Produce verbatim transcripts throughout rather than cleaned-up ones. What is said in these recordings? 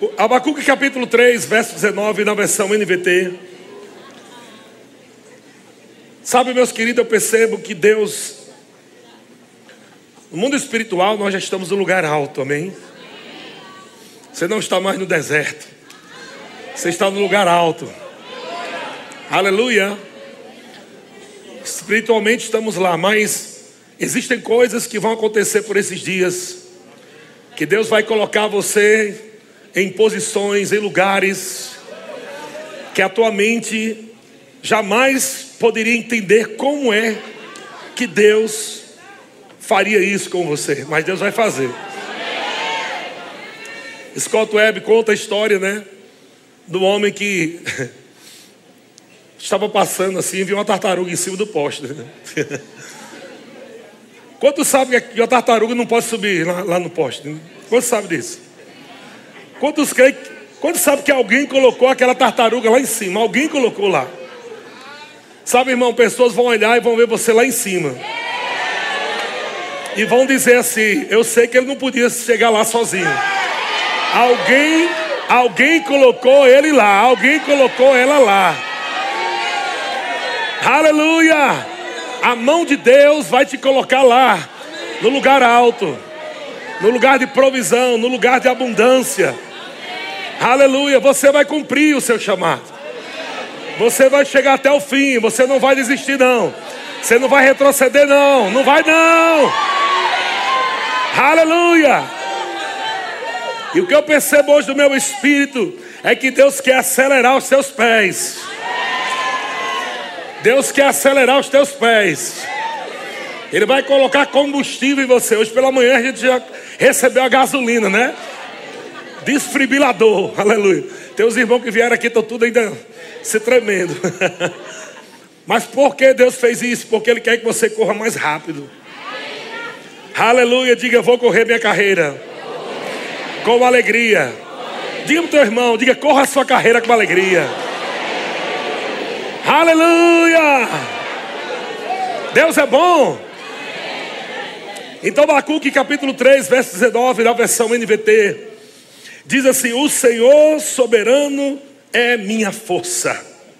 Abacuque capítulo três, verso dezenove, na versão N V T. Sabe, meus queridos, eu percebo que Deus, no mundo espiritual, nós já estamos no lugar alto, amém? Você não está mais no deserto, você está no lugar alto. Aleluia. Espiritualmente estamos lá, mas existem coisas que vão acontecer por esses dias, que Deus vai colocar você em posições, em lugares que a tua mente jamais poderia entender como é que Deus faria isso com você, mas Deus vai fazer. Scott Webb conta a história, né, do homem que estava passando assim e viu uma tartaruga em cima do poste, né? Quantos sabem que a tartaruga não pode subir lá, lá no poste? Quantos sabem disso? Quantos, quantos sabem que alguém colocou aquela tartaruga lá em cima? Alguém colocou lá. Sabe, irmão, pessoas vão olhar e vão ver você lá em cima. E vão dizer assim: eu sei que ele não podia chegar lá sozinho. Alguém, alguém colocou ele lá. Alguém colocou ela lá. Aleluia! A mão de Deus vai te colocar lá, no lugar alto, no lugar de provisão, no lugar de abundância. Aleluia! Você vai cumprir o seu chamado. Você vai chegar até o fim. Você não vai desistir, não. Você não vai retroceder, não. Não vai, não. Aleluia! E o que eu percebo hoje do meu espírito é que Deus quer acelerar os seus pés. Deus quer acelerar os teus pés. Ele vai colocar combustível em você. Hoje pela manhã a gente já recebeu a gasolina, né? Desfibrilador, aleluia. Tem uns irmãos que vieram aqui, estão tudo ainda se tremendo. Mas por que Deus fez isso? Porque Ele quer que você corra mais rápido. Aleluia, diga: eu vou correr minha carreira com alegria. Diga para o teu irmão, diga: corra a sua carreira com alegria. Aleluia! Deus é bom. Então Abacuque capítulo três, verso dezenove, na versão N V T, diz assim: o Senhor soberano é minha força.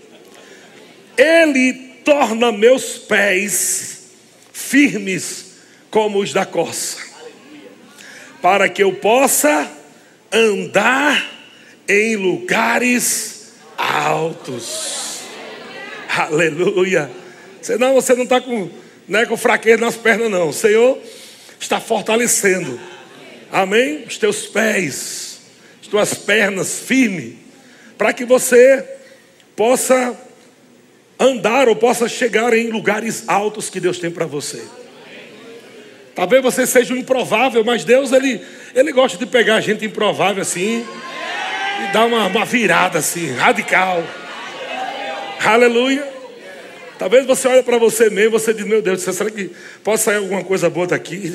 Ele torna meus pés firmes como os da corça, para que eu possa andar em lugares altos. Aleluia. Senão você não está com, né, com fraqueza nas pernas, não. O Senhor está fortalecendo, amém, os teus pés, as tuas pernas firmes, para que você possa andar ou possa chegar em lugares altos que Deus tem para você. Talvez você seja um improvável, mas Deus, ele, ele gosta de pegar a gente improvável assim e dar uma, uma virada assim, radical. Aleluia. Talvez você olhe para você mesmo e você diz: meu Deus, será que pode sair alguma coisa boa daqui?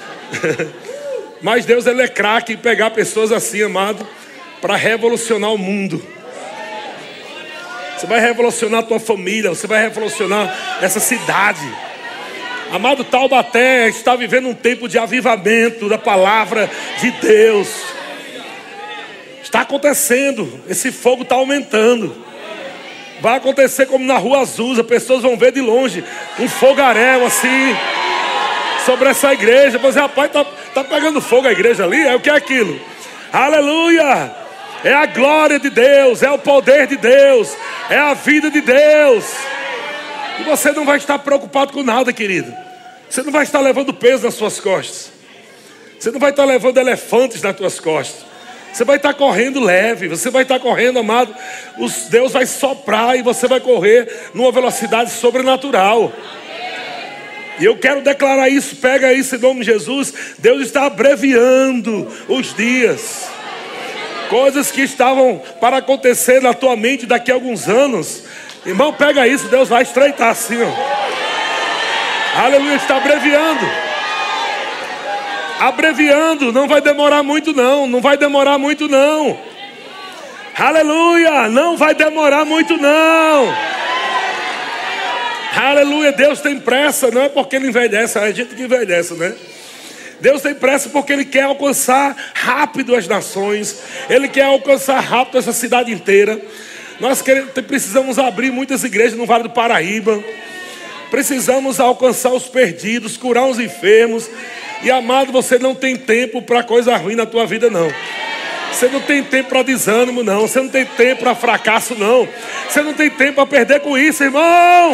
Mas Deus, Ele é craque em pegar pessoas assim, amado, para revolucionar o mundo. Você vai revolucionar a tua família, você vai revolucionar essa cidade. Amado, Taubaté está vivendo um tempo de avivamento da palavra de Deus. Está acontecendo, esse fogo está aumentando. Vai acontecer como na Rua Azusa, pessoas vão ver de longe um fogaréu assim sobre essa igreja. Você, rapaz, tá, tá pegando fogo a igreja ali? É o que é aquilo? Aleluia! É a glória de Deus, é o poder de Deus, é a vida de Deus. E você não vai estar preocupado com nada, querido. Você não vai estar levando peso nas suas costas. Você não vai estar levando elefantes nas tuas costas. Você vai estar correndo leve, você vai estar correndo, amado. Os, Deus vai soprar e você vai correr numa velocidade sobrenatural. E eu quero declarar isso, pega isso em nome de Jesus. Deus está abreviando os dias. Coisas que estavam para acontecer na tua mente daqui a alguns anos. Irmão, pega isso, Deus vai estreitar assim, ó. Aleluia, está abreviando. Abreviando, não vai demorar muito não, não vai demorar muito não. Aleluia, não vai demorar muito não. Aleluia, Deus tem pressa, não é porque Ele envelhece, é a gente que envelhece, né? Deus tem pressa porque Ele quer alcançar rápido as nações. Ele quer alcançar rápido essa cidade inteira. Nós queremos, precisamos abrir muitas igrejas no Vale do Paraíba. Precisamos alcançar os perdidos, curar os enfermos. E amado, você não tem tempo para coisa ruim na tua vida, não. Você não tem tempo para desânimo, não. Você não tem tempo para fracasso, não. Você não tem tempo para perder com isso, irmão.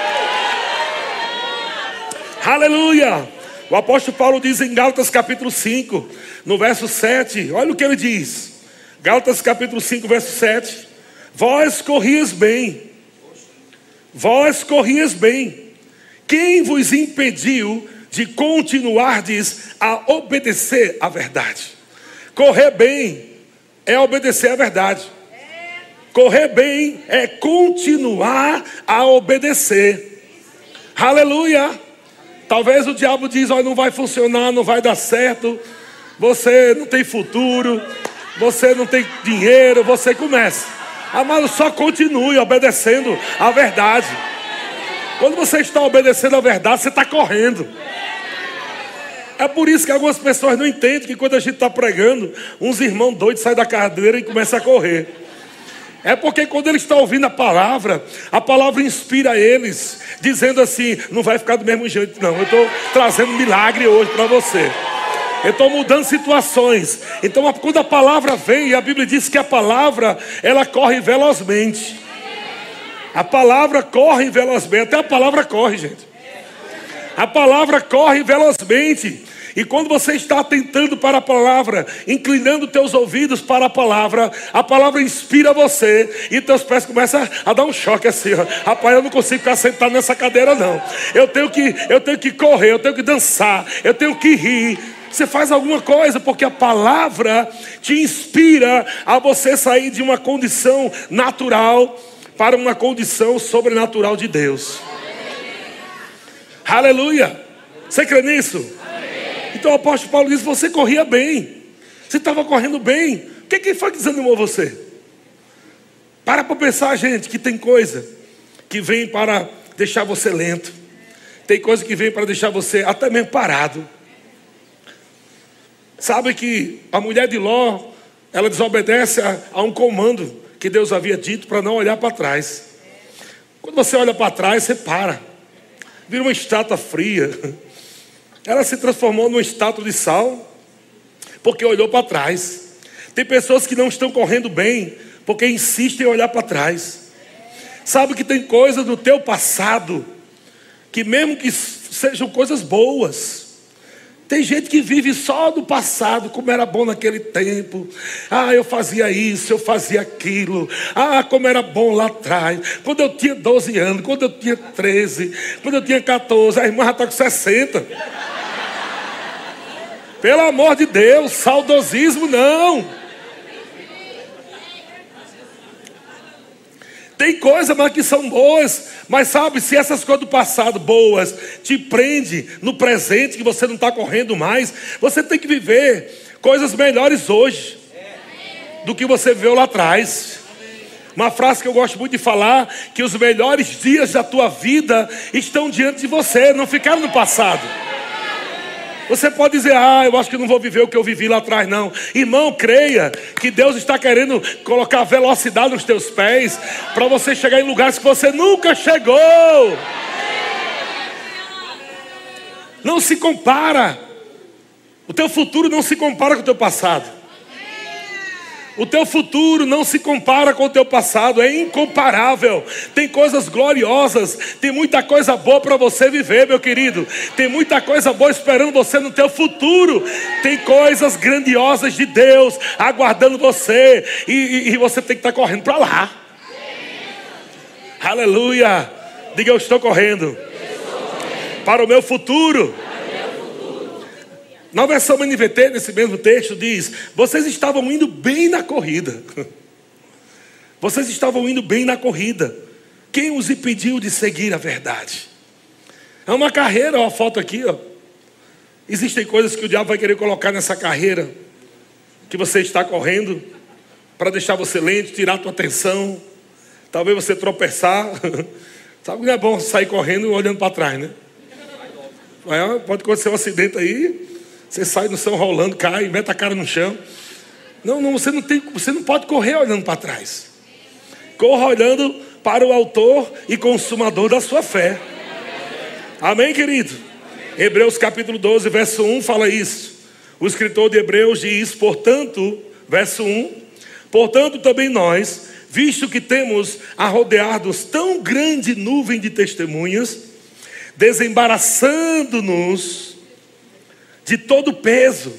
Aleluia. O apóstolo Paulo diz em Gálatas capítulo cinco, no verso sete. Olha o que ele diz. Gálatas capítulo cinco, verso sete. Vós corrias bem. Vós corrias bem. Quem vos impediu de continuardes a obedecer à verdade? Correr bem é obedecer à verdade. Correr bem é continuar a obedecer. Aleluia. Talvez o diabo diz, olha, não vai funcionar, não vai dar certo. Você não tem futuro. Você não tem dinheiro. Você começa. Amado, só continue obedecendo à verdade. Quando você está obedecendo à verdade, você está correndo. É por isso que algumas pessoas não entendem que quando a gente está pregando, uns irmãos doidos saem da cadeira e começam a correr. É porque quando eles estão ouvindo a palavra, a palavra inspira eles, dizendo assim, não vai ficar do mesmo jeito não. Eu estou trazendo milagre hoje para você. Eu estou mudando situações. Então quando a palavra vem, a Bíblia diz que a palavra, ela corre velozmente. A palavra corre velozmente. Até a palavra corre, gente. A palavra corre velozmente. E quando você está atentando para a palavra, inclinando teus ouvidos para a palavra, a palavra inspira você e teus pés começam a dar um choque assim, ó. Rapaz, eu não consigo ficar sentado nessa cadeira não. Eu tenho que, eu tenho que correr, eu tenho que dançar, eu tenho que rir. Você faz alguma coisa porque a palavra te inspira a você sair de uma condição natural para uma condição sobrenatural de Deus. Aleluia. Você crê nisso? Amém. Então o apóstolo Paulo diz, você corria bem. Você estava correndo bem. O que, que foi que desanimou você? Para para pensar, gente, que tem coisa que vem para deixar você lento. Tem coisa que vem para deixar você até mesmo parado. Sabe que a mulher de Ló, ela desobedece a, a um comando que Deus havia dito para não olhar para trás. Quando você olha para trás, você para. Vira uma estátua fria. Ela se transformou numa estátua de sal, porque olhou para trás. Tem pessoas que não estão correndo bem, porque insistem em olhar para trás. Sabe que tem coisas do teu passado, que mesmo que sejam coisas boas, tem gente que vive só do passado, como era bom naquele tempo. Ah, eu fazia isso, eu fazia aquilo. Ah, como era bom lá atrás. Quando eu tinha doze anos, quando eu tinha treze, quando eu tinha catorze, a irmã já está com sessenta. Pelo amor de Deus, saudosismo não. Tem coisas mas que são boas, mas sabe, se essas coisas do passado boas te prende no presente, que você não está correndo mais, você tem que viver coisas melhores hoje do que você viveu lá atrás. Uma frase que eu gosto muito de falar, que os melhores dias da tua vida estão diante de você, não ficaram no passado. Você pode dizer, ah, eu acho que não vou viver o que eu vivi lá atrás, não. Irmão, creia que Deus está querendo colocar velocidade nos teus pés, para você chegar em lugares que você nunca chegou. Não se compara. O teu futuro não se compara com o teu passado. O teu futuro não se compara com o teu passado, é incomparável. Tem coisas gloriosas, tem muita coisa boa para você viver, meu querido. Tem muita coisa boa esperando você no teu futuro. Tem coisas grandiosas de Deus aguardando você. E, e, e você tem que estar correndo para lá. Aleluia. Diga, eu estou correndo para o meu futuro. Na versão N V T, nesse mesmo texto, diz: vocês estavam indo bem na corrida. Vocês estavam indo bem na corrida. Quem os impediu de seguir a verdade? É uma carreira, ó, a foto aqui, ó. Existem coisas que o diabo vai querer colocar nessa carreira que você está correndo, para deixar você lento, tirar a tua atenção. Talvez você tropeçar. Sabe que não é bom sair correndo olhando para trás, né? Pode acontecer um acidente aí. Você sai no chão rolando, cai, mete a cara no chão. Não, não, você não tem, você não pode correr olhando para trás. Corra olhando para o autor e consumador da sua fé. Amém, querido? Hebreus capítulo doze, verso um fala isso. O escritor de Hebreus diz, portanto, verso um, portanto também nós, visto que temos a rodear-nos tão grande nuvem de testemunhas, desembaraçando-nos de todo o peso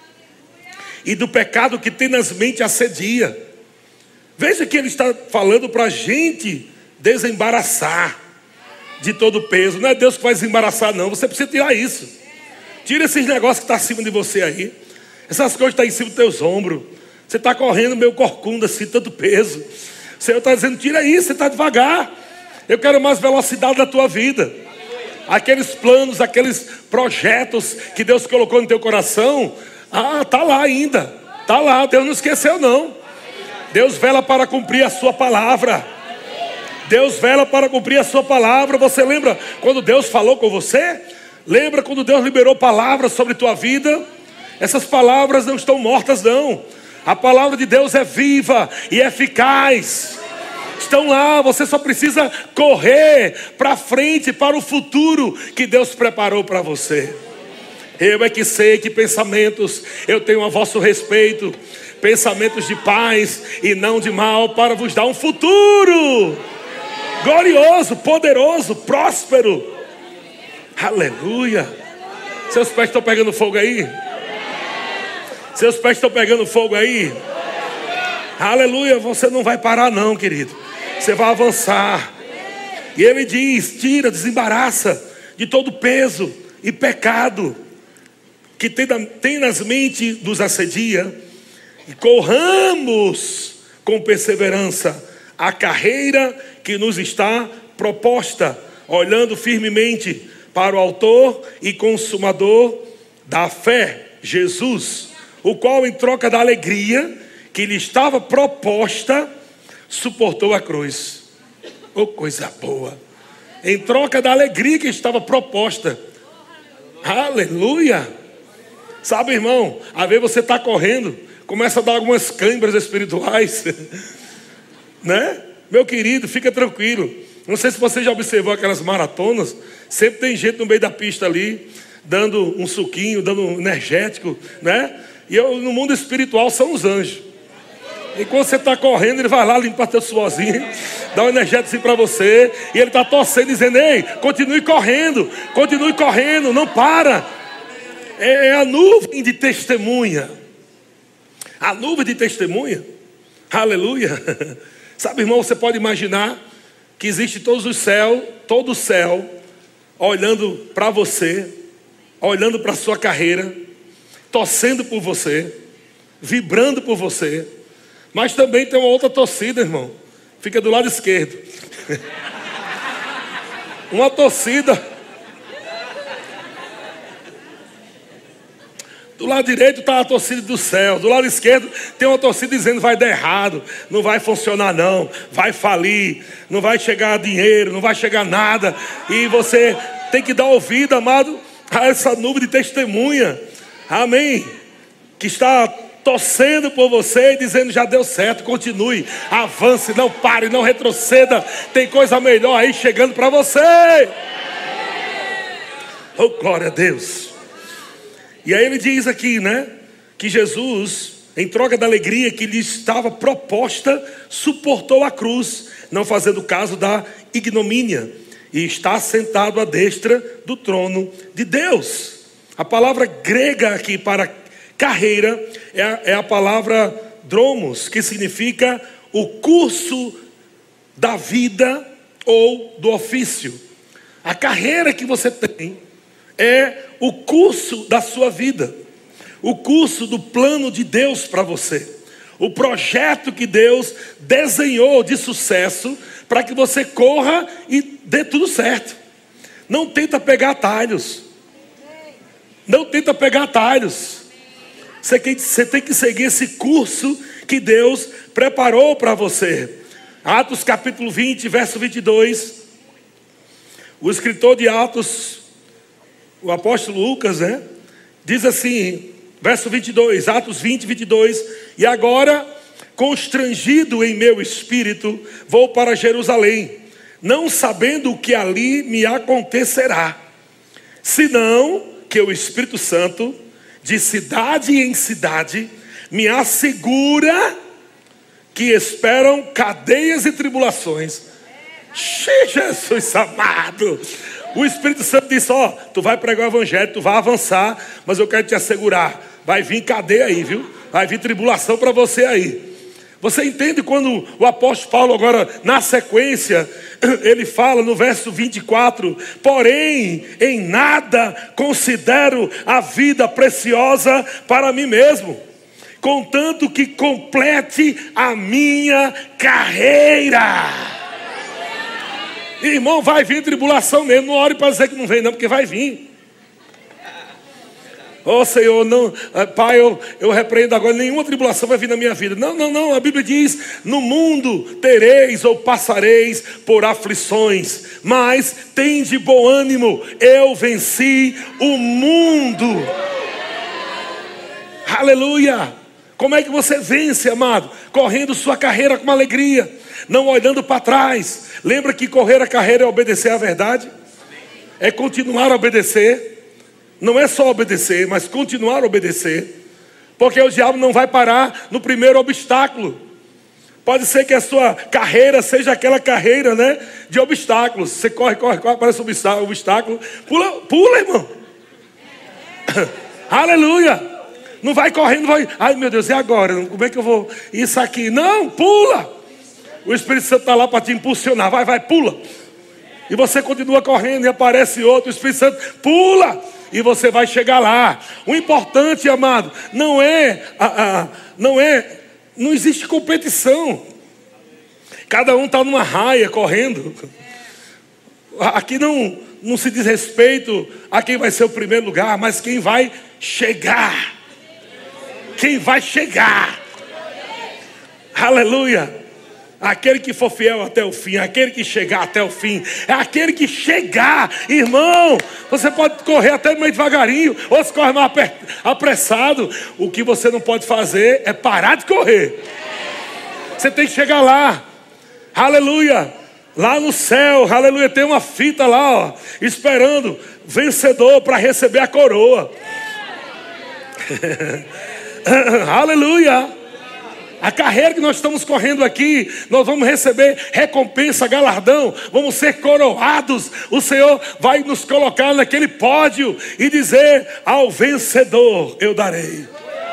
e do pecado que tenazmente assedia. Veja que ele está falando para a gente desembaraçar de todo o peso. Não é Deus que vai desembaraçar, não. Você precisa tirar isso. Tira esses negócios que estão acima de você aí. Essas coisas que estão em cima dos teus ombros. Você está correndo meio corcunda assim, tanto peso. O Senhor está dizendo, tira isso, você está devagar. Eu quero mais velocidade da tua vida. Aqueles planos, aqueles projetos que Deus colocou no teu coração, ah, está lá ainda. Está lá, Deus não esqueceu não. Deus vela para cumprir a sua palavra. Deus vela para cumprir a sua palavra. Você lembra quando Deus falou com você? Lembra quando Deus liberou palavras sobre tua vida? Essas palavras não estão mortas não. A palavra de Deus é viva e eficaz. Estão lá, você só precisa correr para frente, para o futuro que Deus preparou para você. Eu é que sei que pensamentos eu tenho a vosso respeito, pensamentos de paz e não de mal, para vos dar um futuro glorioso, poderoso, próspero. Aleluia. Seus pés estão pegando fogo aí? Seus pés estão pegando fogo aí? Aleluia. Você não vai parar não, querido. Você vai avançar. E ele diz, tira, desembaraça de todo peso e pecado que tenazmente nos assedia, e corramos com perseverança a carreira que nos está proposta, olhando firmemente para o autor e consumador da fé, Jesus, o qual em troca da alegria que lhe estava proposta, suportou a cruz. Oh, coisa boa! Em troca da alegria que estava proposta. Aleluia! Sabe, irmão, às vezes você está correndo, começa a dar algumas câimbras espirituais, né? Meu querido, fica tranquilo. Não sei se você já observou aquelas maratonas, sempre tem gente no meio da pista ali, dando um suquinho, dando um energético, né? E eu, no mundo espiritual são os anjos. E quando você está correndo, ele vai lá limpar teu suorzinho, dá um energético assim para você, e ele está torcendo, dizendo, ei, continue correndo, continue correndo, não para. É a nuvem de testemunha. A nuvem de testemunha. Aleluia. Sabe, irmão, você pode imaginar que existe todos os céus, todo o céu, olhando para você, olhando para a sua carreira, torcendo por você, vibrando por você. Mas também tem uma outra torcida, irmão. Fica do lado esquerdo. Uma torcida. Do lado direito está a torcida do céu. Do lado esquerdo tem uma torcida dizendo vai dar errado, não vai funcionar não, vai falir, não vai chegar dinheiro, não vai chegar nada. E você tem que dar ouvido, amado, a essa nuvem de testemunha. Amém? Que está torcendo por você e dizendo já deu certo, continue, avance, não pare, não retroceda. Tem coisa melhor aí chegando para você. Oh, glória a Deus. E aí ele diz aqui, né, que Jesus, em troca da alegria que lhe estava proposta, suportou a cruz, não fazendo caso da ignomínia, e está sentado à destra do trono de Deus. A palavra grega aqui para carreira é a, é a palavra dromos, que significa o curso da vida ou do ofício. A carreira que você tem é o curso da sua vida, o curso do plano de Deus para você, o projeto que Deus desenhou de sucesso para que você corra e dê tudo certo. Não tenta pegar atalhos, não tenta pegar atalhos. Você tem, você tem que seguir esse curso que Deus preparou para você. Atos capítulo vinte, verso vinte e dois. O escritor de Atos, o apóstolo Lucas, né, Diz assim, verso vinte e dois, Atos vinte, vinte e dois. E agora, constrangido em meu espírito, vou para Jerusalém, não sabendo o que ali me acontecerá, senão que o Espírito Santo, de cidade em cidade, me assegura que esperam cadeias e tribulações. Jesus amado, o Espírito Santo disse, ó, tu vai pregar o evangelho, tu vai avançar, mas eu quero te assegurar, vai vir cadeia aí, viu? Vai vir tribulação para você aí. Você entende quando o apóstolo Paulo agora, na sequência, ele fala no verso vinte e quatro, porém, em nada considero a vida preciosa para mim mesmo, contanto que complete a minha carreira. Irmão, vai vir tribulação mesmo, não ore para dizer que não vem não, porque vai vir. Ó Senhor, não, Pai, eu, eu repreendo agora, nenhuma tribulação vai vir na minha vida. Não, não, não, a Bíblia diz, no mundo tereis ou passareis por aflições, mas tende bom ânimo, eu venci o mundo. Aleluia. Como é que você vence, amado? Correndo sua carreira com alegria, não olhando para trás. Lembra que correr a carreira é obedecer à verdade? É continuar a obedecer. Não é só obedecer, mas continuar a obedecer. Porque o diabo não vai parar no primeiro obstáculo. Pode ser que a sua carreira seja aquela carreira, né, de obstáculos. Você corre, corre, corre, aparece um obstáculo. Pula, pula, irmão. Aleluia. Não vai correndo, vai. Ai meu Deus, e agora? Como é que eu vou? Isso aqui. Não, pula. O Espírito Santo está lá para te impulsionar. Vai, vai, pula. E você continua correndo e aparece outro. O Espírito Santo, pula. E você vai chegar lá. O importante, amado, não é, a, a, não é, não existe competição. Cada um está numa raia correndo. Aqui não, não se diz respeito a quem vai ser o primeiro lugar, mas quem vai chegar. Quem vai chegar. Aleluia. Aquele que for fiel até o fim, aquele que chegar até o fim, é aquele que chegar, irmão. Você pode correr até meio devagarinho, ou se corre mais apressado. O que você não pode fazer é parar de correr. Você tem que chegar lá, aleluia, lá no céu, aleluia. Tem uma fita lá, ó, esperando vencedor para receber a coroa. Aleluia. A carreira que nós estamos correndo aqui, nós vamos receber recompensa, galardão, vamos ser coroados. O Senhor vai nos colocar naquele pódio e dizer, ao vencedor eu darei.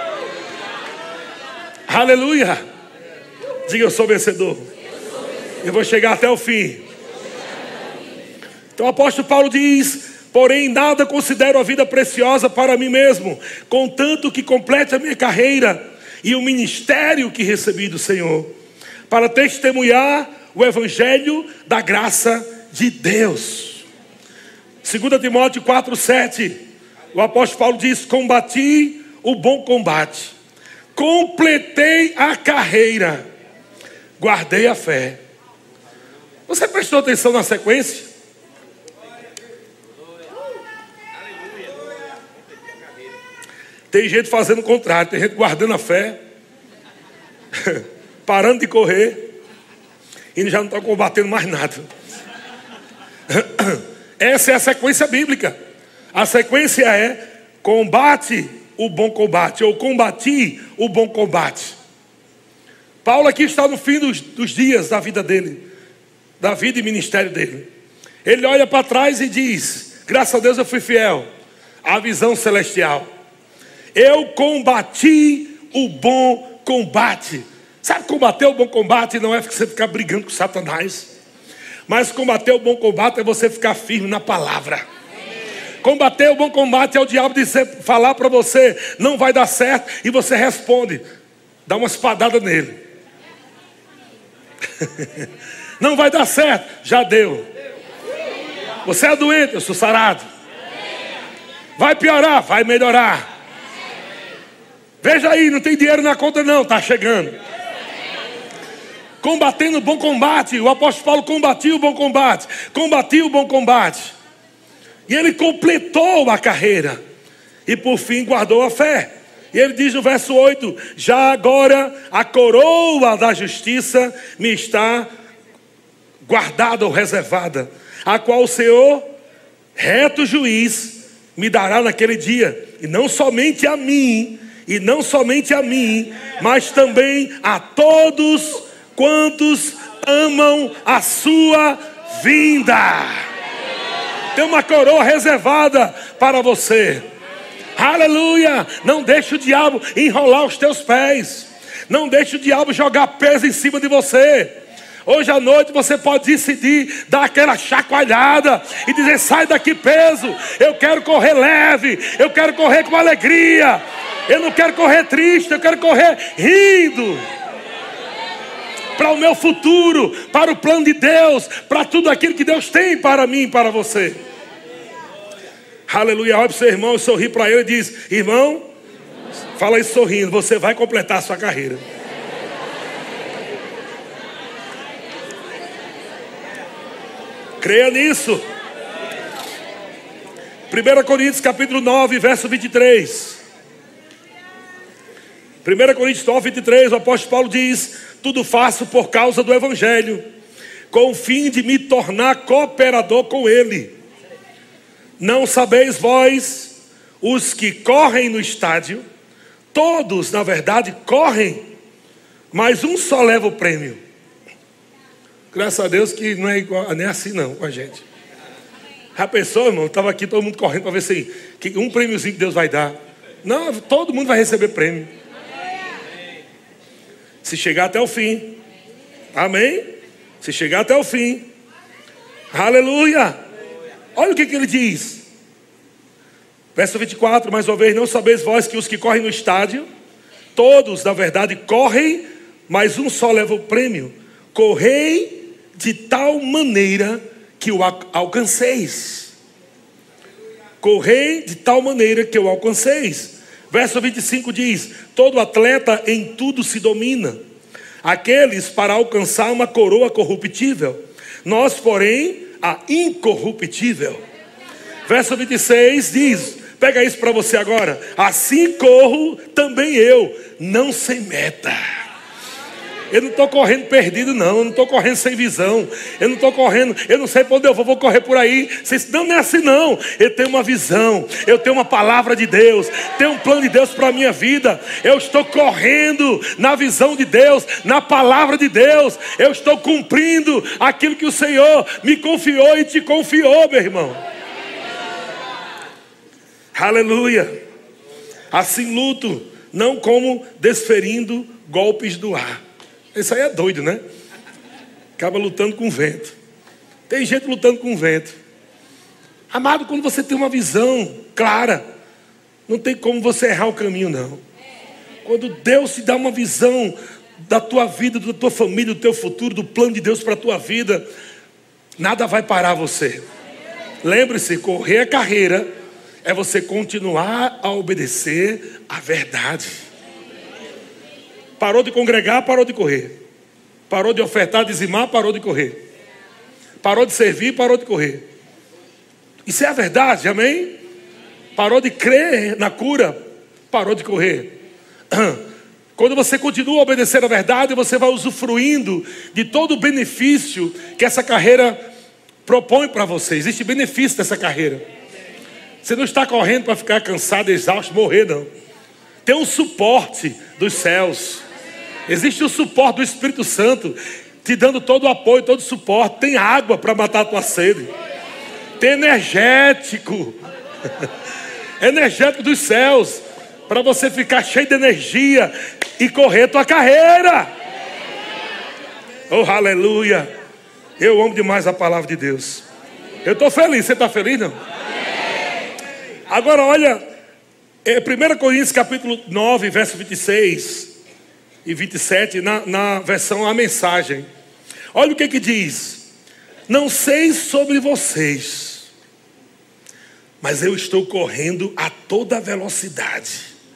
Aleluia. Diga, eu sou vencedor. Eu vou chegar até o fim. Então o apóstolo Paulo diz, porém nada considero a vida preciosa para mim mesmo, contanto que complete a minha carreira e o ministério que recebi do Senhor, para testemunhar o evangelho da graça de Deus. Segunda Timóteo quatro, sete, o apóstolo Paulo diz, combati o bom combate, completei a carreira, guardei a fé. Você prestou atenção na sequência? Tem gente fazendo o contrário, tem gente guardando a fé, parando de correr, e já não está combatendo mais nada. Essa é a sequência bíblica. A sequência é, combate o bom combate, ou combati o bom combate. Paulo aqui está no fim dos, dos dias da vida dele, da vida e ministério dele. Ele olha para trás e diz, graças a Deus eu fui fiel à visão celestial. Eu combati o bom combate. Sabe, combater o bom combate não é você ficar brigando com Satanás. Mas combater o bom combate é você ficar firme na palavra. Combater o bom combate é o diabo dizer, falar para você, não vai dar certo. E você responde, dá uma espadada nele. Não vai dar certo, já deu. Você é doente, eu sou sarado. Vai piorar, vai melhorar. Veja aí, não tem dinheiro na conta não, está chegando. Combatendo o bom combate. O apóstolo Paulo combatiu o bom combate. Combatiu o bom combate. E ele completou a carreira. e por fim guardou a fé. E ele diz no verso oito: já agora a coroa da justiça me está guardada ou reservada, a qual o Senhor, reto juiz, me dará naquele dia. E não somente a mim, e não somente a mim, mas também a todos quantos amam a sua vinda. Tem uma coroa reservada para você. Aleluia! Não deixe o diabo enrolar os teus pés. Não deixe o diabo jogar peso em cima de você. Hoje à noite você pode decidir dar aquela chacoalhada e dizer: sai daqui peso, eu quero correr leve, eu quero correr com alegria, eu não quero correr triste, eu quero correr rindo. Para o meu futuro, para o plano de Deus, para tudo aquilo que Deus tem para mim e para você. Aleluia. Olha para o seu irmão, sorri para ele e diz: irmão, fala isso sorrindo, você vai completar a sua carreira. Creia nisso. primeira Coríntios capítulo nove, verso vinte e três. primeira Coríntios nove, vinte e três, o apóstolo Paulo diz: tudo faço por causa do Evangelho, com o fim de me tornar cooperador com ele. Não sabeis vós, os que correm no estádio, todos na verdade correm, mas um só leva o prêmio. Graças a Deus que não é igual, nem assim não com a gente. A pessoa, irmão, estava aqui todo mundo correndo para ver se que um prêmiozinho que Deus vai dar. Não, todo mundo vai receber prêmio. Se chegar até o fim. Amém? Se chegar até o fim. Aleluia. Olha o que, que ele diz. Verso vinte e quatro, mais uma vez: não sabeis vós que os que correm no estádio, todos na verdade correm, mas um só leva o prêmio. Correi de tal maneira que o alcanceis. Correi de tal maneira que o alcanceis. Verso vinte e cinco diz: todo atleta em tudo se domina, aqueles para alcançar uma coroa corruptível, nós porém a incorruptível. Verso vinte e seis diz, pega isso para você agora: assim corro também eu, não sem meta. Eu não estou correndo perdido não, eu não estou correndo sem visão, eu não estou correndo, eu não sei para onde eu vou, vou correr por aí. Vocês, não, não é assim não. Eu tenho uma visão, eu tenho uma palavra de Deus, tenho um plano de Deus para a minha vida. Eu estou correndo na visão de Deus, na palavra de Deus. Eu estou cumprindo aquilo que o Senhor me confiou e te confiou, meu irmão. Aleluia. Assim luto, não como desferindo golpes do ar. Isso aí é doido, né? Acaba lutando com o vento. Tem gente lutando com o vento. Amado, quando você tem uma visão clara, não tem como você errar o caminho, não. Quando Deus te dá uma visão da tua vida, da tua família, do teu futuro, do plano de Deus para a tua vida, nada vai parar você. Lembre-se, correr a carreira é você continuar a obedecer a verdade. Parou de congregar, parou de correr. Parou de ofertar, dizimar, parou de correr. Parou de servir, parou de correr. Isso é a verdade, amém? Parou de crer na cura, parou de correr. Quando você continua a obedecer a verdade, você vai usufruindo de todo o benefício que essa carreira propõe para você. Existe benefício dessa carreira. Você não está correndo para ficar cansado, exausto, morrer, não. Tem um suporte dos céus. Existe o suporte do Espírito Santo te dando todo o apoio, todo o suporte. Tem água para matar a tua sede. Tem energético. Energético dos céus, para você ficar cheio de energia e correr a tua carreira. Oh, aleluia. Eu amo demais a palavra de Deus. Eu estou feliz. Você está feliz, não? Agora olha, é primeira Coríntios capítulo nove, verso vinte e seis e vinte e sete, na, na versão A Mensagem. Olha o que que diz: não sei sobre vocês, mas eu estou correndo a toda velocidade,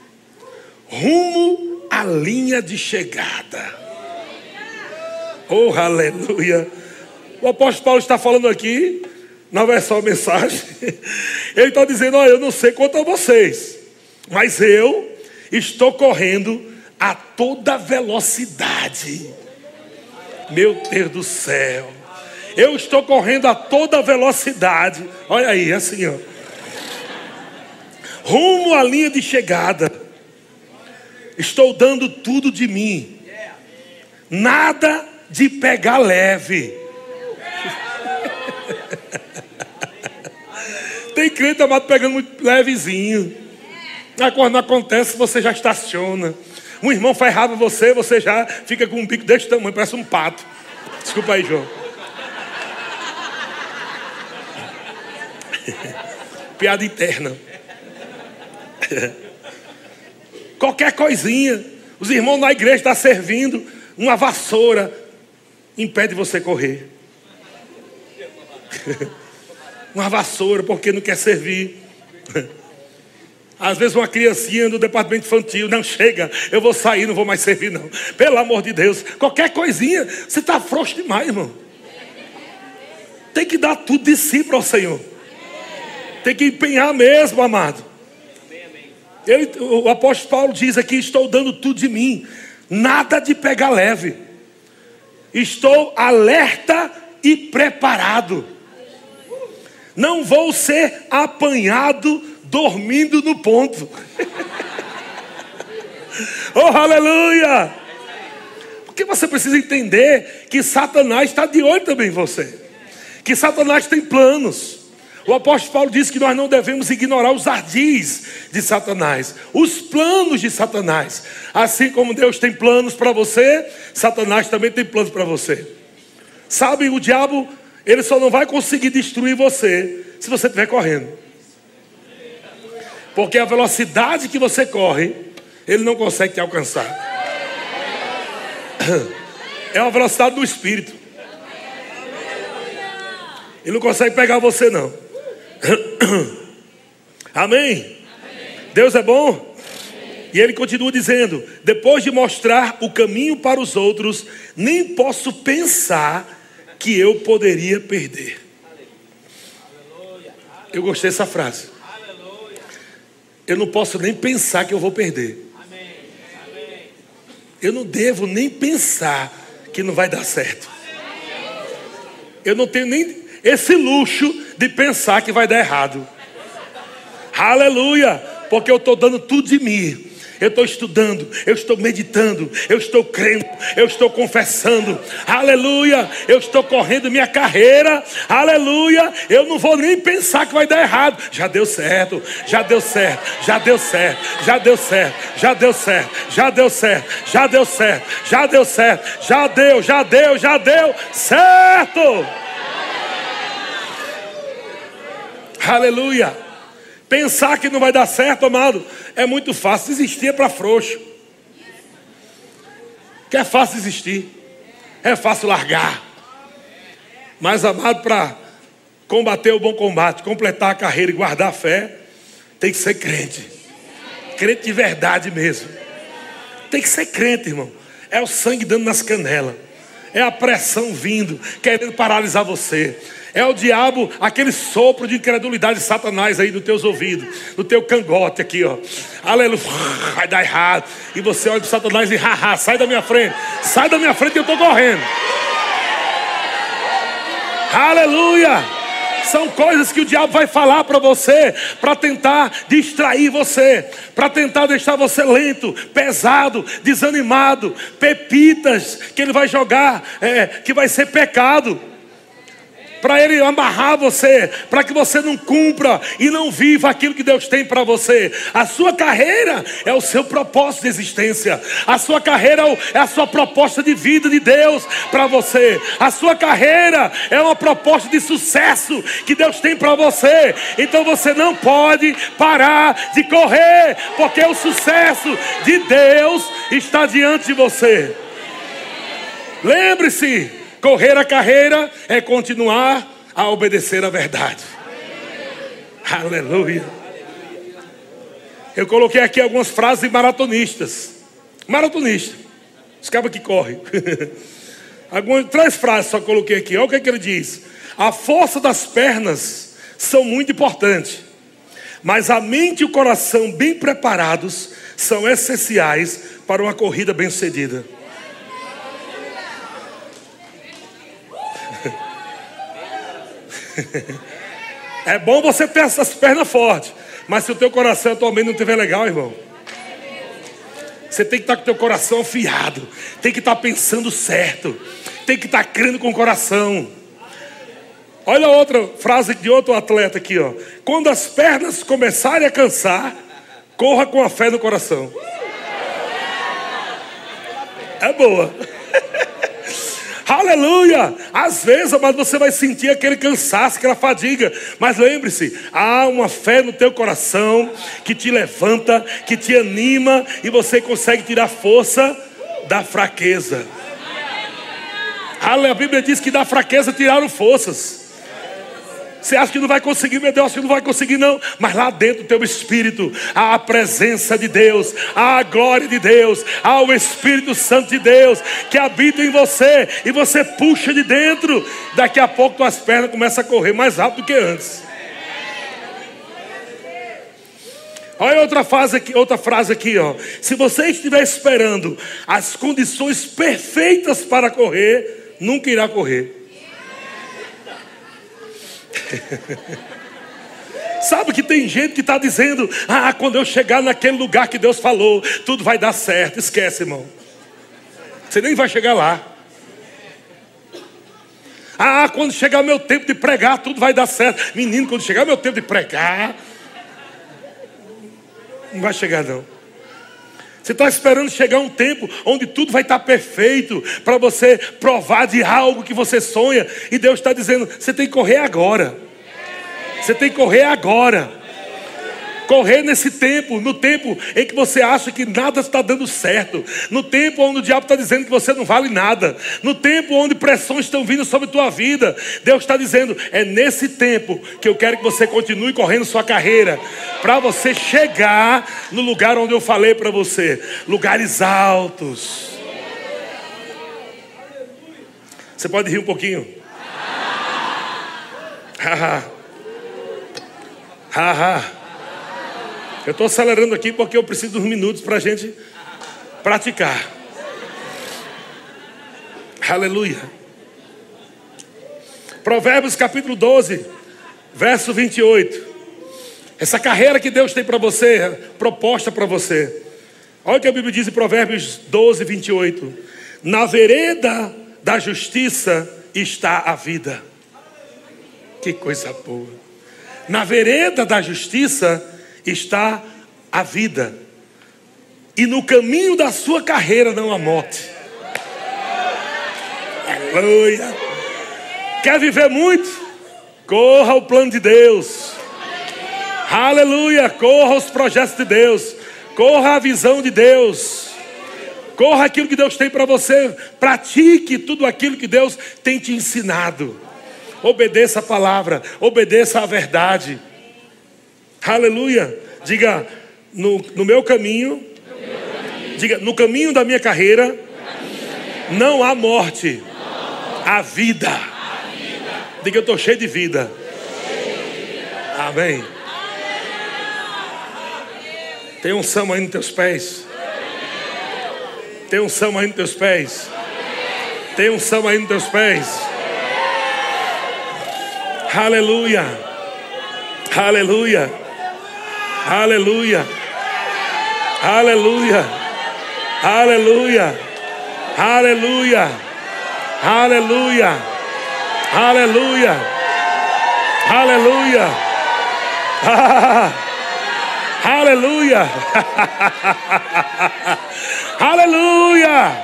rumo à linha de chegada. Oh, aleluia. O apóstolo Paulo está falando aqui, na versão A Mensagem, ele está dizendo: olha, eu não sei quanto a vocês, Mas eu estou correndo a toda velocidade. Meu Deus do céu. Eu estou correndo a toda velocidade. Olha aí, assim, ó. Rumo à linha de chegada. Estou dando tudo de mim. Nada de pegar leve. Tem crente, amado, pegando muito levezinho. Aí quando não acontece, você já estaciona. Um irmão faz rabo em você, você já fica com um bico desse tamanho, parece um pato. Desculpa aí, João. Piada interna. Qualquer coisinha. Os irmãos na igreja estão servindo. Uma vassoura impede você correr. Uma vassoura porque não quer servir. Às vezes uma criancinha do departamento infantil, não chega, eu vou sair, não vou mais servir não. Pelo amor de Deus, qualquer coisinha, você está frouxo demais, irmão. Tem que dar tudo de si para o Senhor. Tem que empenhar mesmo, amado. Ele, o apóstolo Paulo diz aqui, estou dando tudo de mim. Nada de pegar leve. Estou alerta e preparado. Não vou ser apanhado dormindo no ponto. Oh, aleluia! Porque você precisa entender que Satanás está de olho também em você. Que Satanás tem planos. O apóstolo Paulo diz que nós não devemos ignorar os ardis de Satanás, os planos de Satanás. Assim como Deus tem planos para você, Satanás também tem planos para você. Sabe, o diabo, ele só não vai conseguir destruir você se você estiver correndo. Porque a velocidade que você corre, ele não consegue te alcançar. É a velocidade do Espírito. Ele não consegue pegar você não. Amém? Amém? Deus é bom? Amém. E ele continua dizendo: depois de mostrar o caminho para os outros, nem posso pensar que eu poderia perder. Eu gostei dessa frase. Eu não posso nem pensar que eu vou perder. Eu não devo nem pensar que não vai dar certo. Eu não tenho nem esse luxo de pensar que vai dar errado. Aleluia! Porque eu estou dando tudo de mim. Eu estou estudando, eu estou meditando, eu estou crendo, eu estou confessando. Aleluia! Eu estou correndo minha carreira. Aleluia! Eu não vou nem pensar que vai dar errado. Já deu certo, já deu certo, já deu certo, já deu certo, já deu certo, já deu certo, já deu certo, já deu certo, já deu, já deu, já deu certo. Aleluia! Pensar que não vai dar certo, amado, é muito fácil. Desistir é para frouxo. Que é fácil desistir, é fácil largar. Mas, amado, para combater o bom combate, completar a carreira e guardar a fé, tem que ser crente. Crente de verdade mesmo. Tem que ser crente, irmão. É o sangue dando nas canelas. É a pressão vindo, querendo paralisar você. É o diabo, aquele sopro de incredulidade de Satanás aí nos teus ouvidos, no teu cangote aqui, ó. Aleluia, vai dar errado. E você olha para Satanás e haha, sai da minha frente. Sai da minha frente que eu estou correndo. Aleluia. São coisas que o diabo vai falar para você, para tentar distrair você, para tentar deixar você lento, pesado, desanimado. Pepitas que ele vai jogar, é, que vai ser pecado, para ele amarrar você, para que você não cumpra e não viva aquilo que Deus tem para você. A sua carreira é o seu propósito de existência. A sua carreira é a sua proposta de vida de Deus para você. A sua carreira é uma proposta de sucesso que Deus tem para você. Então você não pode parar de correr, porque o sucesso de Deus está diante de você. Lembre-se, correr a carreira é continuar a obedecer a verdade. Aleluia. Eu coloquei aqui algumas frases de maratonistas. Maratonista, os cabos que correm. Algumas, três frases só coloquei aqui. Olha o que, é que ele diz: a força das pernas são muito importantes, Mas a mente e o coração bem preparados são essenciais para uma corrida bem-sucedida. É bom você ter essas pernas fortes, mas se o teu coração atualmente não estiver legal, irmão, você tem que estar com o teu coração afiado, tem que estar pensando certo, tem que estar crendo com o coração. Olha outra frase de outro atleta aqui, ó. Quando as pernas começarem a cansar, corra com a fé no coração. É boa. Aleluia! Às vezes, amado, você vai sentir aquele cansaço, aquela fadiga. Mas lembre-se, há uma fé no teu coração que te levanta, que te anima, e você consegue tirar força da fraqueza. A Bíblia diz que da fraqueza tiraram forças. Você acha que não vai conseguir, meu Deus, acho que não vai conseguir não. Mas lá dentro do teu espírito há a presença de Deus, há a glória de Deus, há o Espírito Santo de Deus que habita em você. E você puxa de dentro. Daqui a pouco tuas pernas começam a correr mais rápido do que antes. Olha outra frase aqui, outra frase aqui, ó. Se você estiver esperando as condições perfeitas para correr, nunca irá correr. Sabe que tem gente que está dizendo: ah, quando eu chegar naquele lugar que Deus falou, tudo vai dar certo. Esquece, irmão, você nem vai chegar lá. Ah, quando chegar o meu tempo de pregar, tudo vai dar certo. Menino, quando chegar o meu tempo de pregar, não vai chegar não. Você está esperando chegar um tempo onde tudo vai estar perfeito para você provar de algo que você sonha. E Deus está dizendo: você tem que correr agora. Você tem que correr agora. Correr nesse tempo, no tempo em que você acha que nada está dando certo. No tempo onde o diabo está dizendo que você não vale nada. No tempo onde pressões estão vindo sobre a tua vida. Deus está dizendo: é nesse tempo que eu quero que você continue correndo sua carreira, para você chegar no lugar onde eu falei para você. Lugares altos. Você pode rir um pouquinho? Haha. Haha. Eu estou acelerando aqui porque eu preciso de uns minutos para a gente praticar. Aleluia. Provérbios capítulo doze, verso vinte e oito. Essa carreira que Deus tem para você, proposta para você. Olha o que a Bíblia diz em Provérbios doze, vinte e oito. Na vereda da justiça está a vida. Que coisa boa. Na vereda da justiça está a vida, e no caminho da sua carreira não há morte. Aleluia. Quer viver muito? Corra ao plano de Deus. Aleluia. Corra aos projetos de Deus. Corra à visão de Deus. Corra aquilo que Deus tem para você. Pratique tudo aquilo que Deus tem te ensinado. Obedeça a palavra, obedeça a verdade. Aleluia. Diga: no, no meu caminho, no meu caminho. Diga: no caminho da minha carreira, da minha não há morte, não há vida. A vida. Diga: eu estou cheio de vida. Cheio de vida. Amém. Tem um unção aí nos teus pés. Tem um unção aí nos teus pés. Tem um unção aí nos teus pés. Aleluia. Aleluia. Aleluia. Aleluia. Aleluia. Aleluia. Aleluia. Aleluia. Aleluia. Ah, aleluia. Aleluia.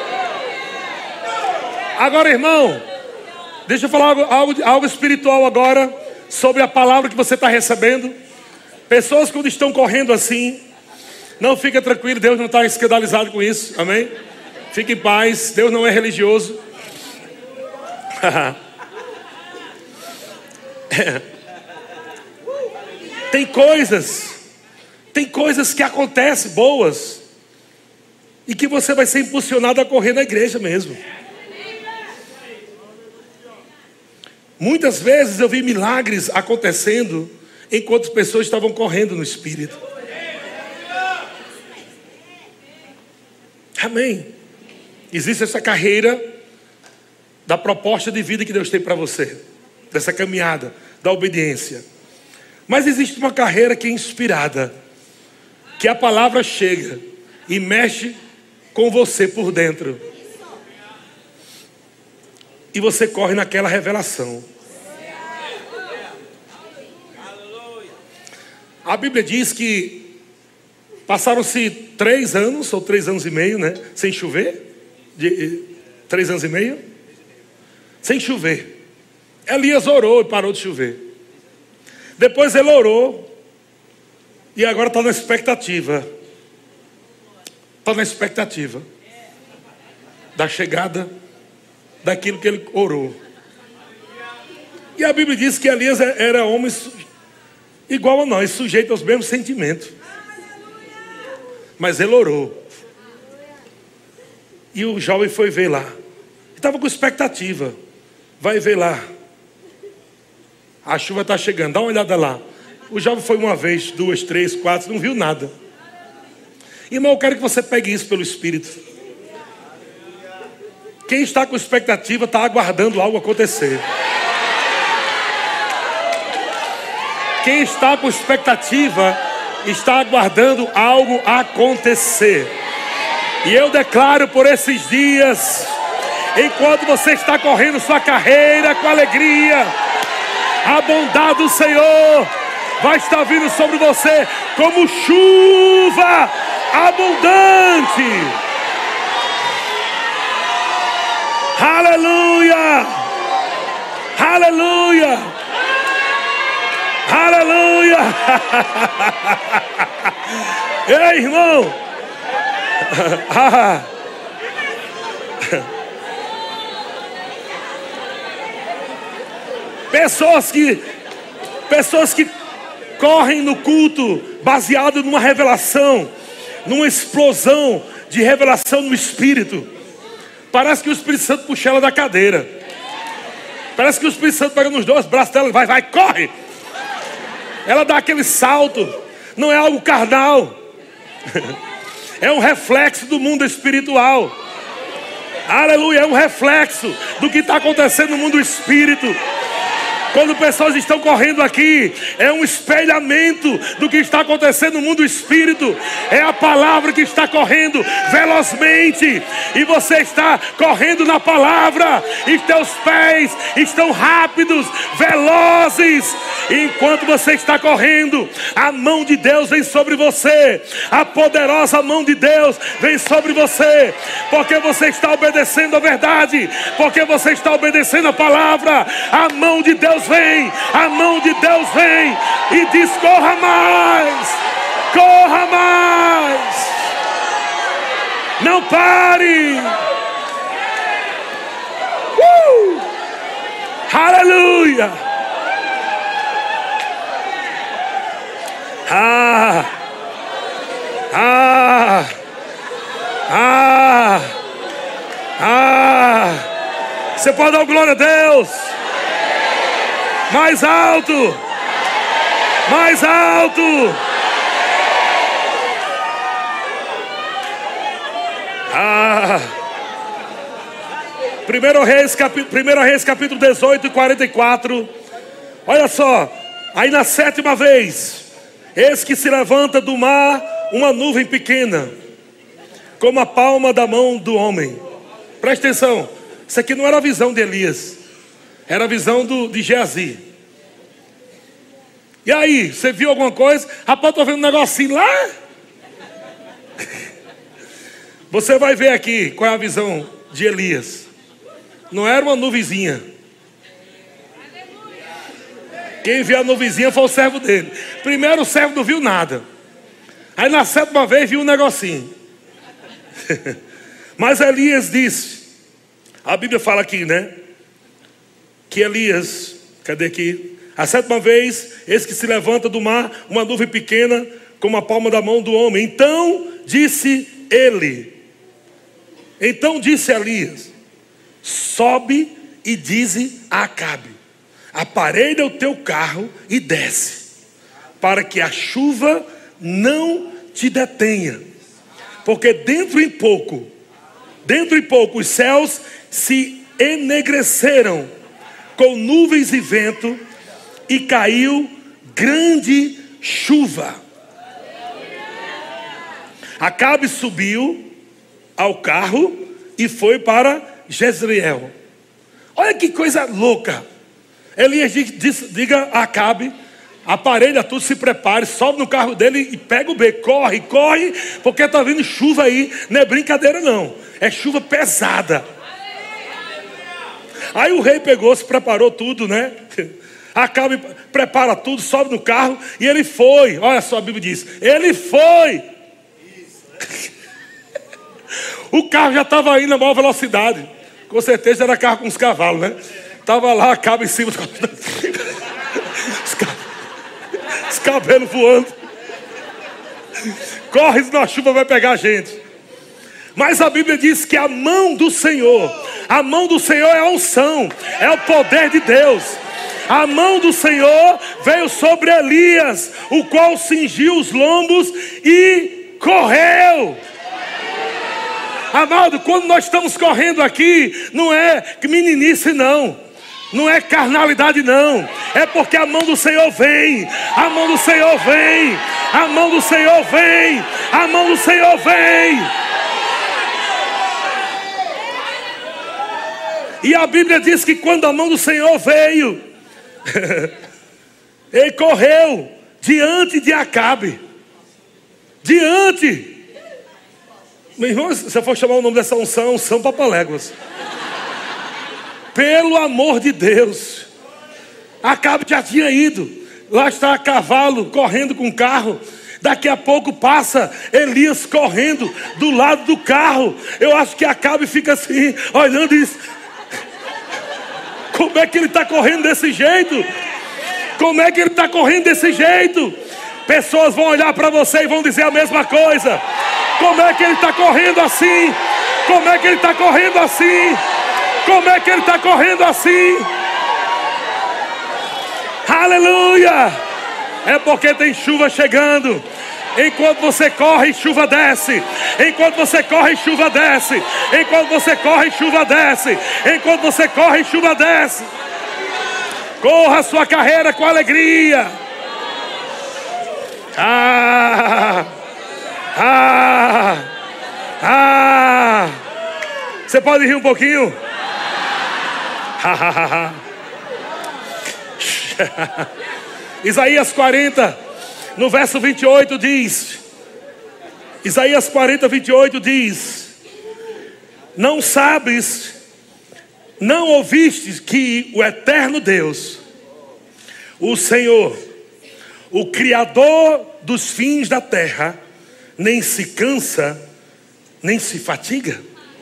Agora, irmão, deixa eu falar algo, algo, algo espiritual agora sobre a palavra que você está recebendo. Pessoas quando estão correndo assim, não fica tranquilo, Deus não está escandalizado com isso, amém? Fique em paz, Deus não é religioso. Tem coisas, tem coisas que acontecem boas, e que você vai ser impulsionado a correr na igreja mesmo. Muitas vezes eu vi milagres acontecendo enquanto as pessoas estavam correndo no Espírito. Amém. Existe essa carreira da proposta de vida que Deus tem para você, dessa caminhada, da obediência. Mas existe uma carreira que é inspirada, que a palavra chega e mexe com você por dentro. E você corre naquela revelação. A Bíblia diz que passaram-se três anos, ou três anos e meio, né? Sem chover. De, três anos e meio. Sem chover. Elias orou e parou de chover. Depois ele orou. E agora está na expectativa. Está na expectativa da chegada daquilo que ele orou. E a Bíblia diz que Elias era homem igual a nós, sujeito aos mesmos sentimentos. Mas ele orou. E o jovem foi ver lá. Estava com expectativa. Vai ver lá. A chuva está chegando, dá uma olhada lá. O jovem foi uma vez, duas, três, quatro, não viu nada. Irmão, eu quero que você pegue isso pelo Espírito. Quem está com expectativa está aguardando algo acontecer. Quem está com expectativa está aguardando algo acontecer. E eu declaro por esses dias, enquanto você está correndo sua carreira com alegria, a bondade do Senhor vai estar vindo sobre você como chuva abundante. Aleluia! Aleluia! Aleluia! Ei, irmão! Pessoas que Pessoas que correm no culto baseado numa revelação, numa explosão de revelação no Espírito. Parece que o Espírito Santo puxa ela da cadeira. Parece que o Espírito Santo pega nos dois braços dela, vai, vai, corre. Ela dá aquele salto. Não é algo carnal. É um reflexo do mundo espiritual. Aleluia, é um reflexo do que está acontecendo no mundo espírito. Quando pessoas estão correndo aqui, é um espelhamento do que está acontecendo no mundo espírito. É a palavra que está correndo velozmente. E você está correndo na palavra. E teus pés estão rápidos, velozes. E enquanto você está correndo, a mão de Deus vem sobre você. A poderosa mão de Deus vem sobre você. Porque você está obedecendo a verdade. Porque você está obedecendo a palavra. A mão de Deus vem, a mão de Deus vem e diz: corra mais, corra mais, não pare. uh! Aleluia. Ah, ah, ah, ah. Você pode dar glória a Deus? Mais alto! Mais alto! Ah! Primeiro Reis, capi... Primeiro Reis capítulo dezoito e quarenta e quatro. Olha só. Aí na sétima vez, eis que se levanta do mar uma nuvem pequena, como a palma da mão do homem. Presta atenção. Isso aqui não era a visão de Elias. Era a visão do, de Geazi. E aí, você viu alguma coisa? Rapaz, estou vendo um negocinho lá. Você vai ver aqui qual é a visão de Elias. Não era uma nuvenzinha. Quem viu a nuvenzinha foi o servo dele. Primeiro o servo não viu nada. Aí na sétima vez viu um negocinho. Mas Elias disse. A Bíblia fala aqui, né? Que Elias, cadê aqui? A sétima vez, eis que se levanta do mar uma nuvem pequena, como a palma da mão do homem. Então disse ele, então disse Elias: sobe e dize a Acabe: aparelha o teu carro e desce, para que a chuva não te detenha. Porque dentro em pouco, dentro em pouco, os céus se enegreceram com nuvens e vento, e caiu grande chuva. Acabe subiu ao carro e foi para Jezreel. Olha que coisa louca. Elias disse, diga a Acabe, aparelha tudo, se prepare, sobe no carro dele e pega o beco, corre, corre, porque está vindo chuva aí. Não é brincadeira não, é chuva pesada. Aí o rei pegou, se preparou tudo, né? Acabe, prepara tudo, sobe no carro e ele foi. Olha só, a Bíblia diz, ele foi. O carro já estava indo a maior velocidade. Com certeza era carro com os cavalos, né? Estava lá, Acabe em cima. Os cabelos voando. Corre, senão a chuva vai pegar a gente. Mas a Bíblia diz que a mão do Senhor, a mão do Senhor é a unção, é o poder de Deus. A mão do Senhor veio sobre Elias, o qual cingiu os lombos e correu. Amado, quando nós estamos correndo aqui, não é meninice não, não é carnalidade não, é porque a mão do Senhor vem, a mão do Senhor vem, a mão do Senhor vem, a mão do Senhor vem. E a Bíblia diz que quando a mão do Senhor veio, ele correu diante de Acabe, diante. Meu irmão, se eu for chamar o nome dessa unção, unção Papaléguas. Pelo amor de Deus. Acabe já tinha ido. Lá está a cavalo correndo com o carro. Daqui a pouco passa Elias correndo do lado do carro. Eu acho que Acabe fica assim, olhando isso. Como é que ele está correndo desse jeito? Como é que ele está correndo desse jeito? Pessoas vão olhar para você e vão dizer a mesma coisa. Como é que ele está correndo assim? Como é que ele está correndo assim? Como é que ele está correndo assim? Aleluia! É porque tem chuva chegando. Enquanto você corre, chuva desce. Enquanto você corre, chuva desce. Enquanto você corre, chuva desce. Enquanto você corre, chuva desce. Corra a sua carreira com alegria. Ah! Ah! Ah! Você pode rir um pouquinho? Isaías quarenta, no verso vinte e oito diz, Isaías quarenta, vinte e oito diz: não sabes, não ouvistes que o eterno Deus, o Senhor, o Criador dos fins da terra, nem se cansa, nem se fatiga?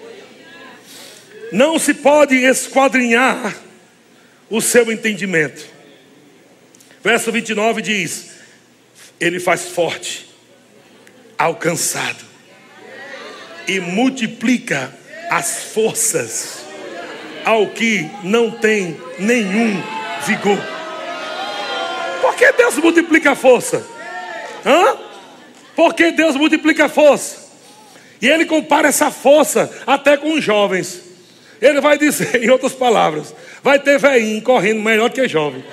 Não se pode esquadrinhar o seu entendimento. Verso vinte e nove diz: ele faz forte ao cansado e multiplica as forças ao que não tem nenhum vigor. Por que Deus multiplica a força? Hã? Por que Deus multiplica a força? E ele compara essa força até com os jovens. Ele vai dizer, em outras palavras, vai ter velhinho correndo melhor que jovem.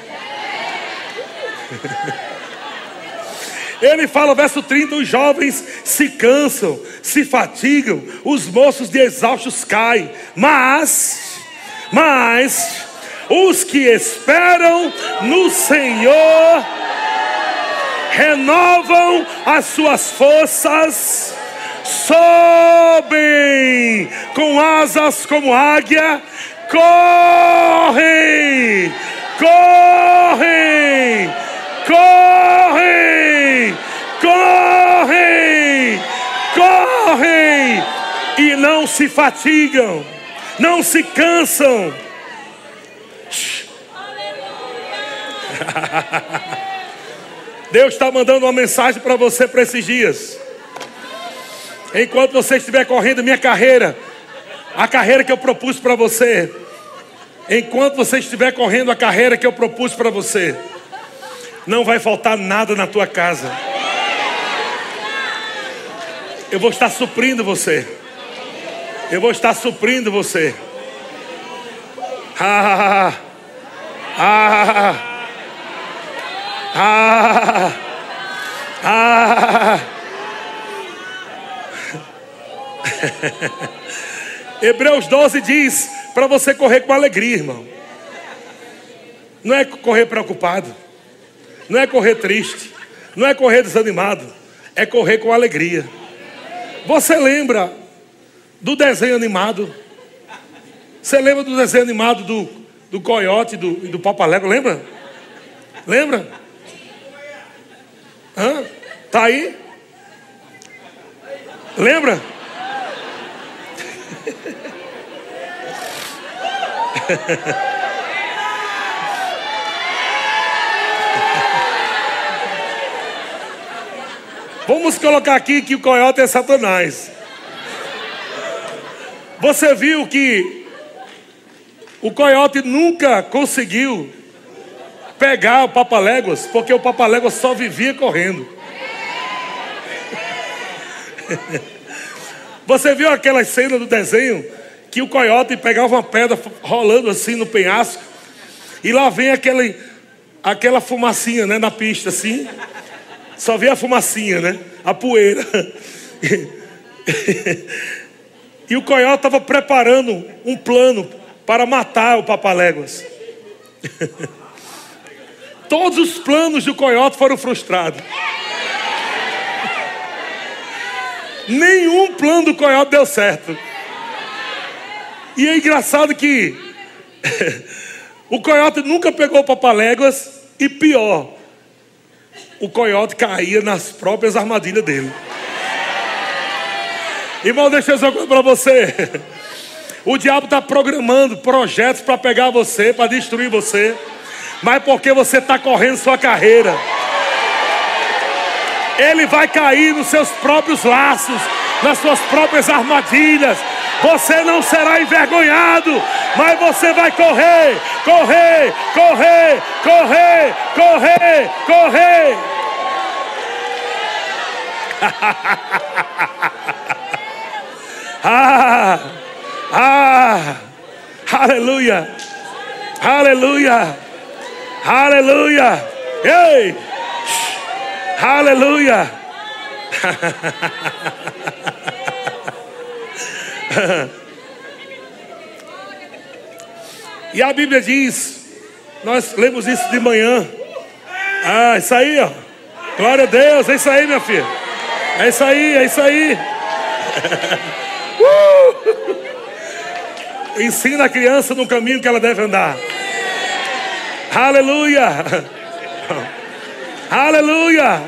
Ele fala, verso trinta, os jovens se cansam, se fatigam, os moços de exaustos caem, mas, mas, os que esperam no Senhor renovam as suas forças, sobem com asas como águia, correm, correm, correm, correm, correm e não se fatigam, não se cansam. Deus está mandando uma mensagem para você para esses dias. Enquanto você estiver correndo minha carreira, a carreira que eu propus para você, enquanto você estiver correndo a carreira que eu propus para você, Não vai faltar nada na tua casa. Eu vou estar suprindo você. Eu vou estar suprindo você. Ah, ah, ah, ah. Hebreus doze diz para você correr com alegria, irmão. Não é correr preocupado, não é correr triste, não é correr desanimado, é correr com alegria. Você lembra do desenho animado? Você lembra do desenho animado do, do Coiote e do, do Papalégua? Lembra? Lembra? Hã? Tá aí? Lembra? Vamos colocar aqui que o coiote é Satanás. Você viu que o coiote nunca conseguiu pegar o Papaléguas, porque o Papaléguas só vivia correndo. Você viu aquela cena do desenho que o coiote pegava uma pedra rolando assim no penhasco e lá vem aquele, aquela fumacinha, né, na pista assim. Só vê a fumacinha, né? A poeira. E o coiote estava preparando um plano para matar o Papaléguas. Todos os planos do coiote foram frustrados. Nenhum plano do coiote deu certo. E é engraçado que o coiote nunca pegou o Papaléguas e pior, o coiote caía nas próprias armadilhas dele. Irmão, deixa eu dizer uma coisa para você. O diabo está programando projetos para pegar você, para destruir você. Mas porque você está correndo sua carreira, ele vai cair nos seus próprios laços, nas suas próprias armadilhas. Você não será envergonhado, mas você vai correr, correr, correr, correr, correr, correr. ah, ah, aleluia, aleluia, aleluia, ei, aleluia. E a Bíblia diz, nós lemos isso de manhã. Ah, isso aí, ó. Glória a Deus, é isso aí, minha filha. É isso aí, é isso aí. uh! Ensina a criança no caminho que ela deve andar. Aleluia. Aleluia.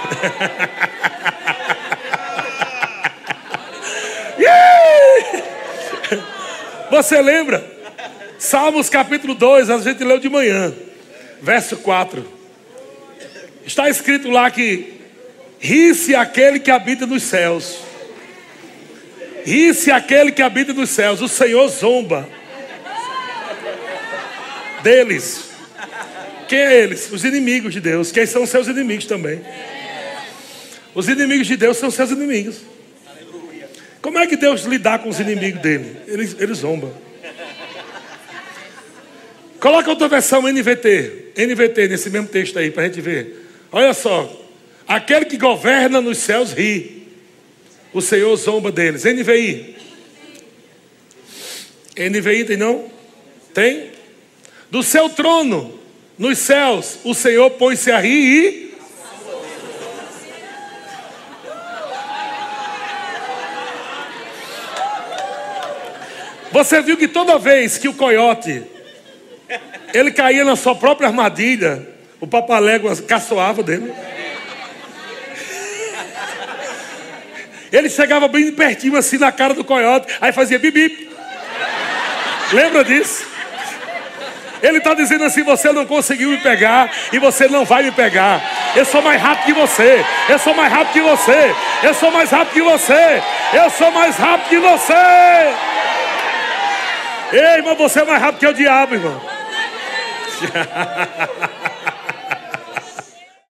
Você lembra? Salmos capítulo dois, a gente leu de manhã, verso quatro. Está escrito lá que ri-se aquele que habita nos céus. Ri-se aquele que habita nos céus. O Senhor zomba deles. Quem é eles? Os inimigos de Deus. Quem são seus inimigos também? Os inimigos de Deus são seus inimigos. Como é que Deus lidar com os inimigos dele? Ele, ele zomba. Coloca outra versão N V T. N V T nesse mesmo texto aí para a gente ver. Olha só. Aquele que governa nos céus ri. O Senhor zomba deles. N V I. N V I tem não? Tem? Do seu trono nos céus o Senhor põe-se a rir e... Você viu que toda vez que o coiote ele caía na sua própria armadilha, o Papaléguas caçoava dele. Ele chegava bem pertinho assim na cara do coiote, aí fazia bip-bip. Lembra disso? Ele está dizendo assim: você não conseguiu me pegar e você não vai me pegar. Eu sou mais rápido que você. Eu sou mais rápido que você. Eu sou mais rápido que você. Eu sou mais rápido que você. Ei, irmão, você é mais rápido que o diabo, irmão.